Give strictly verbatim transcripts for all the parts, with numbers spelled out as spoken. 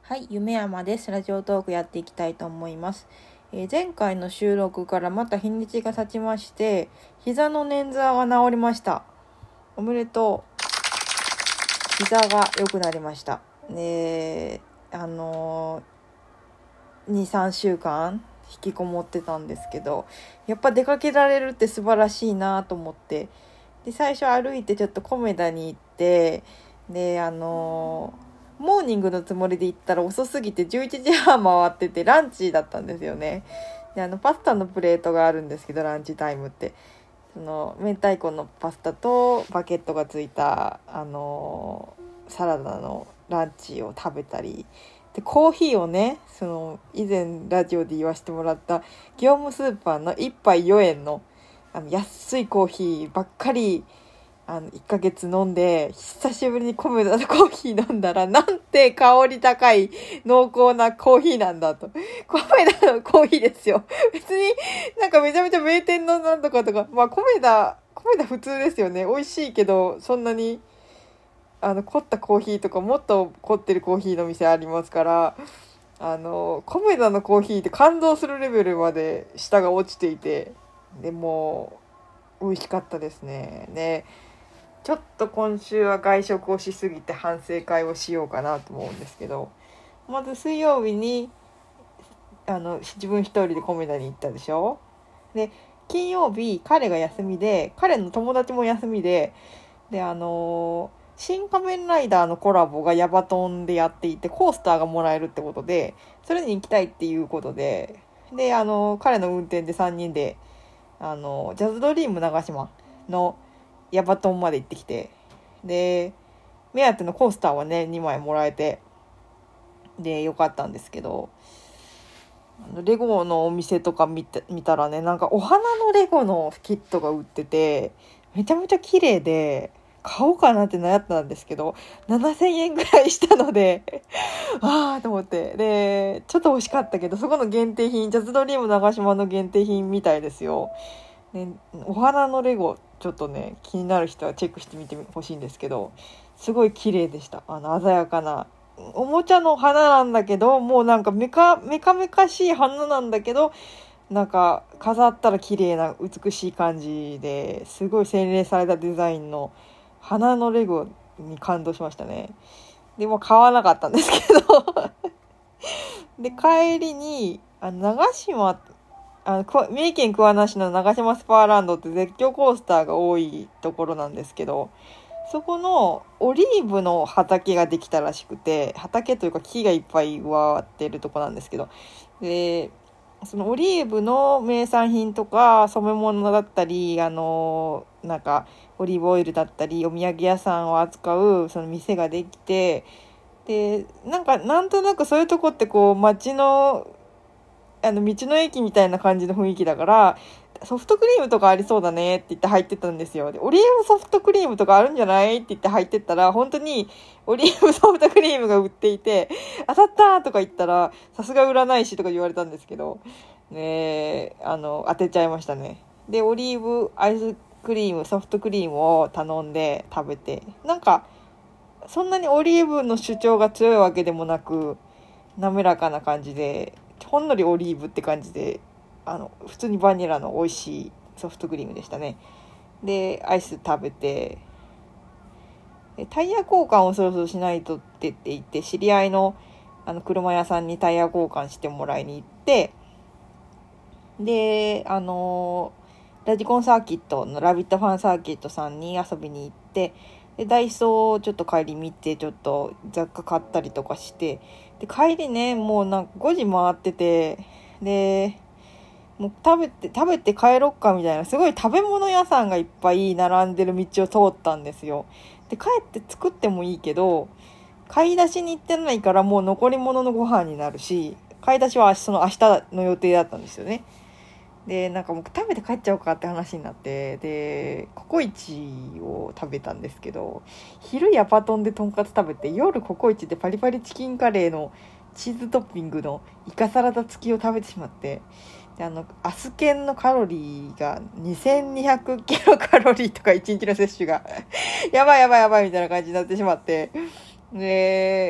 はい、夢山です。ラジオトークやっていきたいと思います。えー、前回の収録からまた日にちが経ちまして、膝の捻挫が治りました。おめでとう。膝が良くなりました。で、あのー、に、さんしゅうかん引きこもってたんですけど、やっぱ出かけられるって素晴らしいなと思って、で、最初歩いてちょっとコメダに行って、で、あのーモーニングのつもりで行ったら遅すぎてじゅういちじはん回っててランチだったんですよね。で、あのパスタのプレートがあるんですけど、ランチタイムってその明太子のパスタとバケットがついたあのサラダのランチを食べたりで、コーヒーをね、その以前ラジオで言わせてもらった業務スーパーのいっぱいよえんのあの安いコーヒーばっかりあのいっかげつ飲んで、久しぶりにコメダのコーヒー飲んだら、なんて香り高い濃厚なコーヒーなんだと。コメダのコーヒーですよ。別になんかめちゃめちゃ名店のなんとかとか、まあコメダ、コメダ普通ですよね。美味しいけど、そんなにあの凝ったコーヒーとかもっと凝ってるコーヒーの店ありますから、あのコメダのコーヒーって感動するレベルまで舌が落ちていて、でも美味しかったですね。ね。ちょっと今週は外食をしすぎて反省会をしようかなと思うんですけど、まず水曜日にあの自分一人でコメダに行ったでしょ。で、金曜日彼が休みで、彼の友達も休みで、であのー、新仮面ライダーのコラボがヤバトンでやっていて、コースターがもらえるってことで、それに行きたいっていうことで、であのー、彼の運転でさんにんであのー、ジャズドリーム長島のヤバトンまで行ってきて、で目当てのコースターはねにまいもらえて、でよかったんですけど、レゴのお店とか見て見たらね、なんかお花のレゴのキットが売っててめちゃめちゃ綺麗で買おうかなって悩ったんですけど、ななせんえんぐらいしたのでああと思って、でちょっと惜しかったけど、そこの限定品、ジャズドリーム長島の限定品みたいですよ。ね、お花のレゴちょっとね気になる人はチェックしてみてほしいんですけど、すごい綺麗でした。あの鮮やかなおもちゃの花なんだけど、もうなんかメカメカメカしい花なんだけど、なんか飾ったら綺麗な美しい感じで、すごい洗練されたデザインの花のレゴに感動しましたね。でも買わなかったんですけどで帰りにあの長島あの三重県桑名市の長島スパーランドって絶叫コースターが多いところなんですけど、そこのオリーブの畑ができたらしくて、畑というか木がいっぱい植わってるとこなんですけど、でそのオリーブの名産品とか染め物だったり、あのなんかオリーブオイルだったりお土産屋さんを扱うその店ができて、でなんかなんとなくそういうとこってこう街のあの道の駅みたいな感じの雰囲気だから、ソフトクリームとかありそうだねって言って入ってったんですよ。でオリーブソフトクリームとかあるんじゃないって言って入ってったら、本当にオリーブソフトクリームが売っていて、当たったとか言ったら、さすが占い師とか言われたんですけどね、あの当てちゃいましたね。でオリーブアイスクリームソフトクリームを頼んで食べて、なんかそんなにオリーブの主張が強いわけでもなく、滑らかな感じで、ほんのりオリーブって感じで、あの普通にバニラの美味しいソフトクリームでしたね。でアイス食べて、タイヤ交換をそろそろしないとって言って、知り合いのあの車屋さんにタイヤ交換してもらいに行って、であのラジコンサーキットのラビットファンサーキットさんに遊びに行って、でダイソーをちょっと帰り見て、ちょっと雑貨買ったりとかして、で帰りねもうなんかごじ回ってて、でもう食べて食べて帰ろっかみたいな、すごい食べ物屋さんがいっぱい並んでる道を通ったんですよ。で帰って作ってもいいけど、買い出しに行ってないからもう残り物のご飯になるし、買い出しはその明日の予定だったんですよね。でなんかもう食べて帰っちゃおうかって話になって、でココイチを食べたんですけど、昼ヤパトンでとんかつ食べて、夜ココイチでパリパリチキンカレーのチーズトッピングのイカサラダ付きを食べてしまって、であのアスケンのカロリーがにせんにひゃくキロカロリーとかいちにちの摂取がやばいやばいやばいみたいな感じになってしまって、で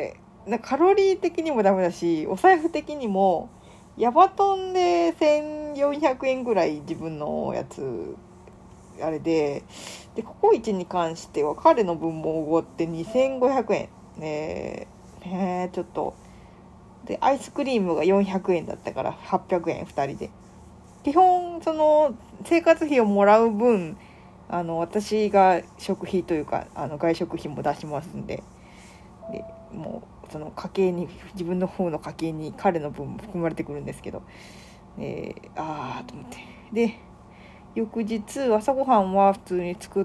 なカロリー的にもダメだし、お財布的にもヤバトンでせんよんひゃくえんぐらい自分のやつあれで、でココイチに関しては彼の分もおごってにせんごひゃくえんねえ、ね、ちょっとでアイスクリームがよんひゃくえんだったからはっぴゃくえんふたりで、基本その生活費をもらう分、あの私が食費というかあの外食費も出しますんで、でもうその家計に、自分の方の家計に彼の分も含まれてくるんですけど、えー、あーと思って、で翌日朝ごはんは普通に作って、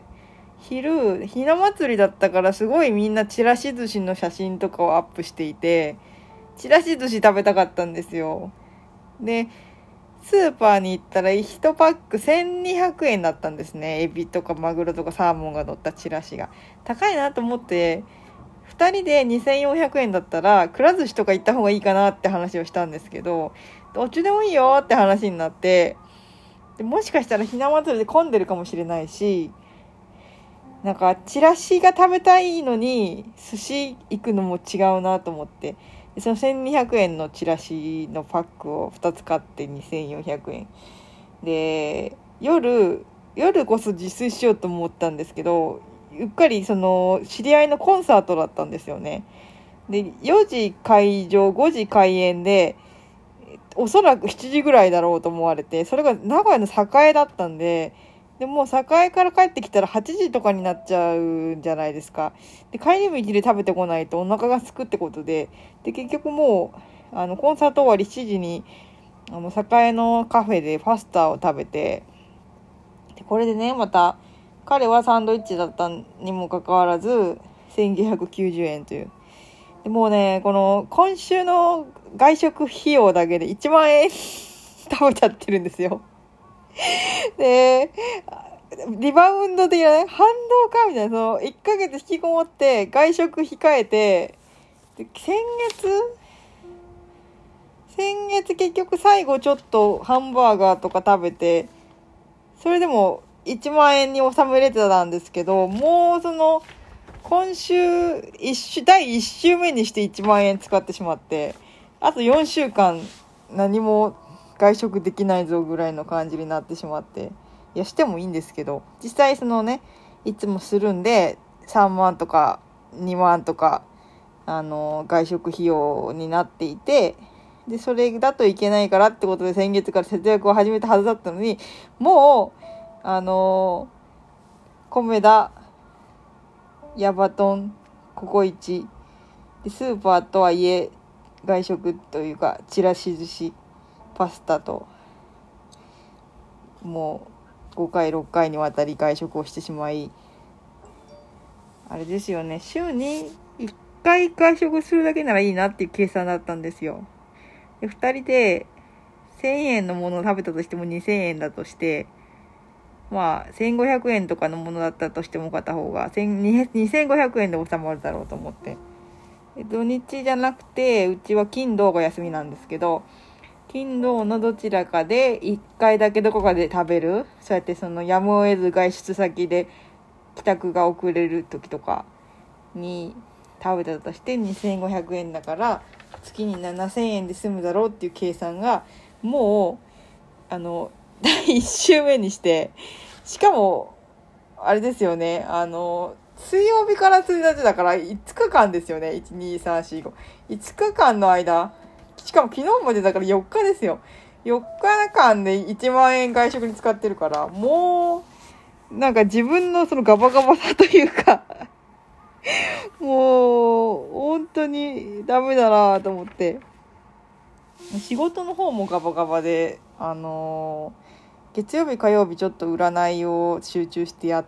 昼ひな祭りだったからすごいみんなちらし寿司の写真とかをアップしていて、ちらし寿司食べたかったんですよ。でスーパーに行ったらいちパックせんにひゃくえんだったんですね。エビとかマグロとかサーモンが乗ったチラシが高いなと思って、ふたりでにせんよんひゃくえんだったらくら寿司とか行った方がいいかなって話をしたんですけど、どっちでもいいよって話になって、でもしかしたらひな祭りで混んでるかもしれないし、なんかチラシが食べたいのに寿司行くのも違うなと思って、でそのせんにひゃくえんのチラシのパックをふたつ買ってにせんよんひゃくえんで、夜夜こそ自炊しようと思ったんですけど、うっかりその知り合いのコンサートだったんですよね。でよじ会場ごじ開演で、おそらくしちじぐらいだろうと思われて、それが名古屋の栄だったんで、でもう栄から帰ってきたらはちじとかになっちゃうんじゃないですか。で帰り道で食べてこないとお腹がすくってことで、で結局もうあのコンサート終わりしちじにあの栄のカフェでパスタを食べて、でこれでね、また彼はサンドイッチだったにもかかわらずせんきゅうひゃくきゅうじゅうえんという、でもうね、この今週の外食費用だけでいちまんえん食べちゃってるんですよ。でリバウンド的なね、反動かみたいな、そのいっかげつ引きこもって外食控えて、で先月先月結局最後ちょっとハンバーガーとか食べて、それでもいちまんえんに収めれてたんですけど、もうその今週一週だいいっ週目にしていちまんえん使ってしまって、あとよんしゅうかん何も外食できないぞぐらいの感じになってしまって、いやしてもいいんですけど、実際そのねいつもするんでさんまんとかにまんとかあの外食費用になっていて、でそれだといけないからってことで先月から節約を始めたはずだったのに、もうあの米田ヤバトンココイチでスーパーとはいえ外食というかちらし寿司パスタともうごかいろっかいにわたり外食をしてしまい、あれですよね、週にいっかい外食するだけならいいなっていう計算だったんですよ。でふたりでせんえんのものを食べたとしてもにせんえんだとして、まあせんごひゃくえんとかのものだったとしても片方がにせんごひゃくえんで収まるだろうと思って、土日じゃなくてうちは金土が休みなんですけど、金土のどちらかでいっかいだけどこかで食べる、そうやってそのやむを得ず外出先で帰宅が遅れる時とかに食べたとしてにせんごひゃくえんだから月にななせんえんで済むだろうっていう計算がもうあのだいいっ週目にして、しかもあれですよね、あの水曜日からついたちだからいつかかんですよね。いち、に、さん、し、ご、いつかかんの間、しかも昨日までだからよっかですよ。よっかかんでいちまんえん外食に使ってるから、もうなんか自分のそのガバガバさというかもう本当にダメだなと思って、仕事の方もガバガバで、あのー、月曜日火曜日ちょっと占いを集中してやって、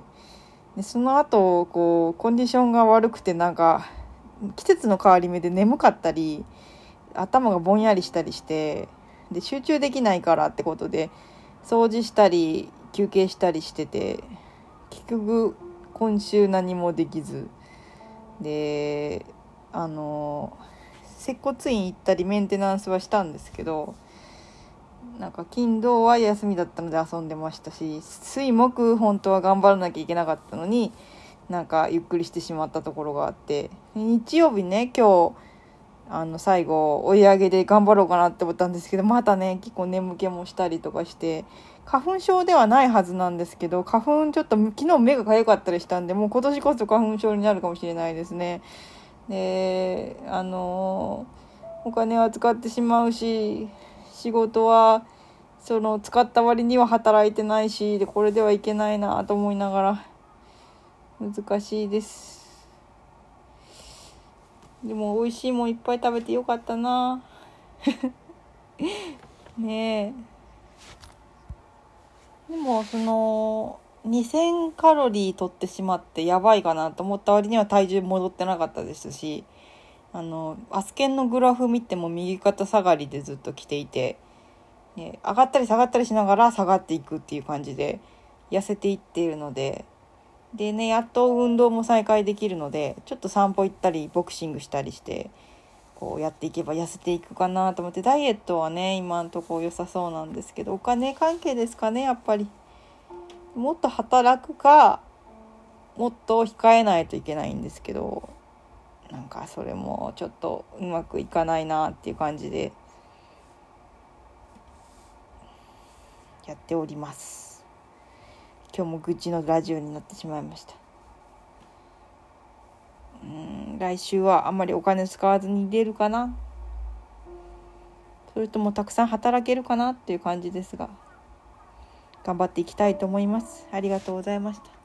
でその後こうコンディションが悪くて、なんか季節の変わり目で眠かったり頭がぼんやりしたりして、で集中できないからってことで掃除したり休憩したりしてて、結局今週何もできずで、あの接骨院行ったりメンテナンスはしたんですけど、なんか金土は休みだったので遊んでましたし、水木本当は頑張らなきゃいけなかったのになんかゆっくりしてしまったところがあって、日曜日ね今日あの最後追い上げで頑張ろうかなって思ったんですけど、またね結構眠気もしたりとかして、花粉症ではないはずなんですけど、花粉ちょっと昨日目が痒かったりしたんで、もう今年こそ花粉症になるかもしれないですね。であのお金は使ってしまうし、仕事はその使った割には働いてないしで、これではいけないなと思いながら難しいです。でも美味しいもんいっぱい食べてよかったなねえ。でもそのにせんカロリー取ってしまってやばいかなと思った割には体重戻ってなかったですし、あのアスケンのグラフ見ても右肩下がりでずっと来ていて、ね、上がったり下がったりしながら下がっていくっていう感じで痩せていっているので、でね、やっと運動も再開できるので、ちょっと散歩行ったりボクシングしたりしてこうやっていけば痩せていくかなと思って、ダイエットはね今んとこ良さそうなんですけど、お金関係ですかね。やっぱりもっと働くかもっと控えないといけないんですけど、なんかそれもちょっとうまくいかないなっていう感じでやっております。今日も愚痴のラジオになってしまいました。うーん来週はあんまりお金使わずに出るかな、それともたくさん働けるかなっていう感じですが、頑張っていきたいと思います。ありがとうございました。